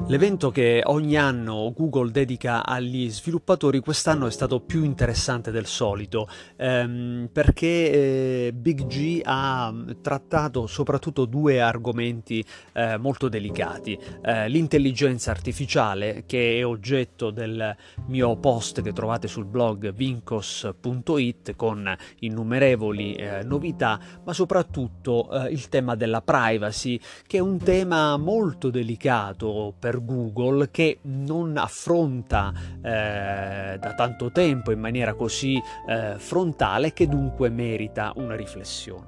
L'evento che ogni anno Google dedica agli sviluppatori quest'anno è stato più interessante del solito, perché Big G ha trattato soprattutto due argomenti molto delicati. L'intelligenza artificiale, che è oggetto del mio post che trovate sul blog vincos.it con innumerevoli novità, ma soprattutto il tema della privacy, che è un tema molto delicato per Google, che non affronta da tanto tempo in maniera così frontale, che dunque merita una riflessione.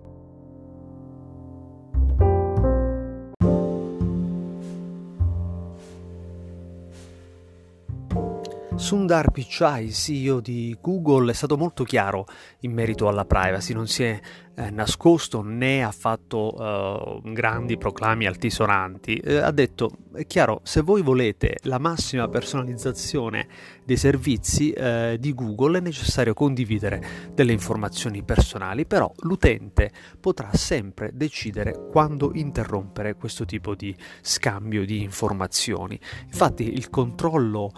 Sundar Pichai, CEO di Google, è stato molto chiaro in merito alla privacy, non si è nascosto né ha fatto grandi proclami altisonanti. Ha detto: è chiaro, se voi volete la massima personalizzazione dei servizi di Google è necessario condividere delle informazioni personali, però l'utente potrà sempre decidere quando interrompere questo tipo di scambio di informazioni. Infatti il controllo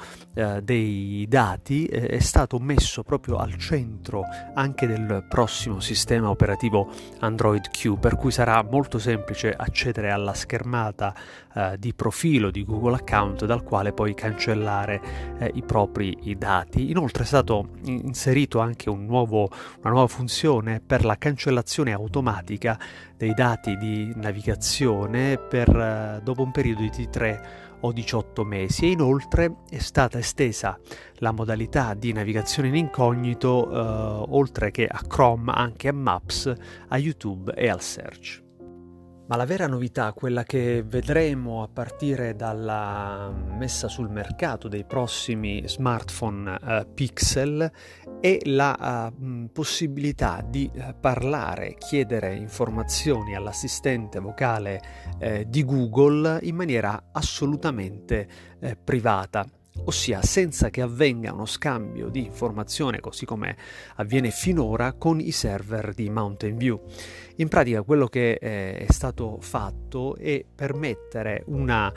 dei dati è stato messo proprio al centro anche del prossimo sistema operativo Android Q, per cui sarà molto semplice accedere alla schermata di profilo di Google Account, dal quale poi cancellare i propri dati. Inoltre è stato inserito anche una nuova funzione per la cancellazione automatica dei dati di navigazione per dopo un periodo di 3 o 18 mesi, e inoltre è stata estesa la modalità di navigazione in incognito oltre che a Chrome anche a Maps, a YouTube e al Search. Ma la vera novità, quella che vedremo a partire dalla messa sul mercato dei prossimi smartphone Pixel, è la possibilità di parlare, chiedere informazioni all'assistente vocale di Google in maniera assolutamente privata, ossia senza che avvenga uno scambio di informazione così come avviene finora con i server di Mountain View. In pratica quello che è stato fatto è permettere una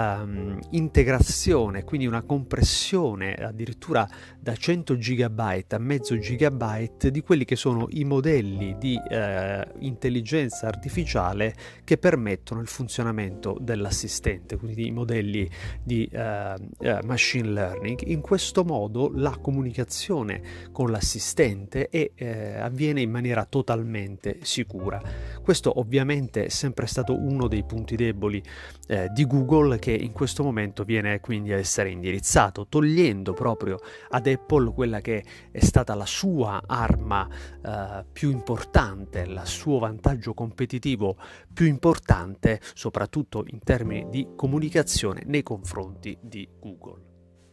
integrazione, quindi una compressione addirittura da 100 GB a mezzo gigabyte di quelli che sono i modelli di intelligenza artificiale che permettono il funzionamento dell'assistente, quindi i modelli di machine learning. In questo modo la comunicazione con l'assistente avviene in maniera totalmente sicura. Questo ovviamente è sempre stato uno dei punti deboli di Google, che in questo momento viene quindi a essere indirizzato, togliendo proprio ad Apple quella che è stata la sua arma più importante, il suo vantaggio competitivo più importante, soprattutto in termini di comunicazione nei confronti di Google.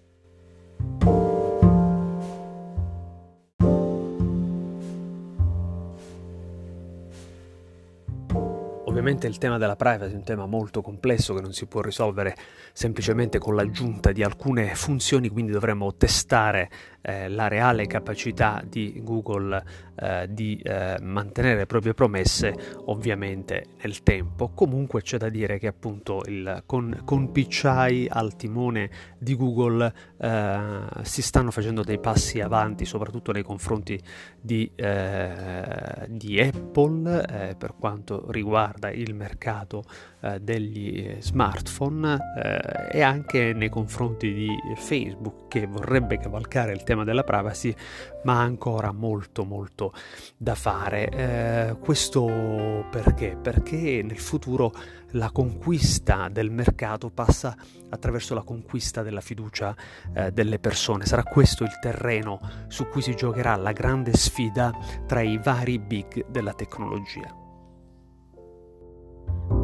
Ovviamente il tema della privacy è un tema molto complesso che non si può risolvere semplicemente con l'aggiunta di alcune funzioni, quindi dovremmo testare la reale capacità di Google di mantenere le proprie promesse, ovviamente nel tempo. Comunque c'è da dire che appunto con Pichai al timone di Google si stanno facendo dei passi avanti, soprattutto nei confronti di Apple per quanto riguarda il mercato degli smartphone e anche nei confronti di Facebook, che vorrebbe cavalcare il tema della privacy, ma ha ancora molto da fare. Questo perché? Perché nel futuro la conquista del mercato passa attraverso la conquista della fiducia delle persone. Sarà questo il terreno su cui si giocherà la grande sfida tra i vari big della tecnologia.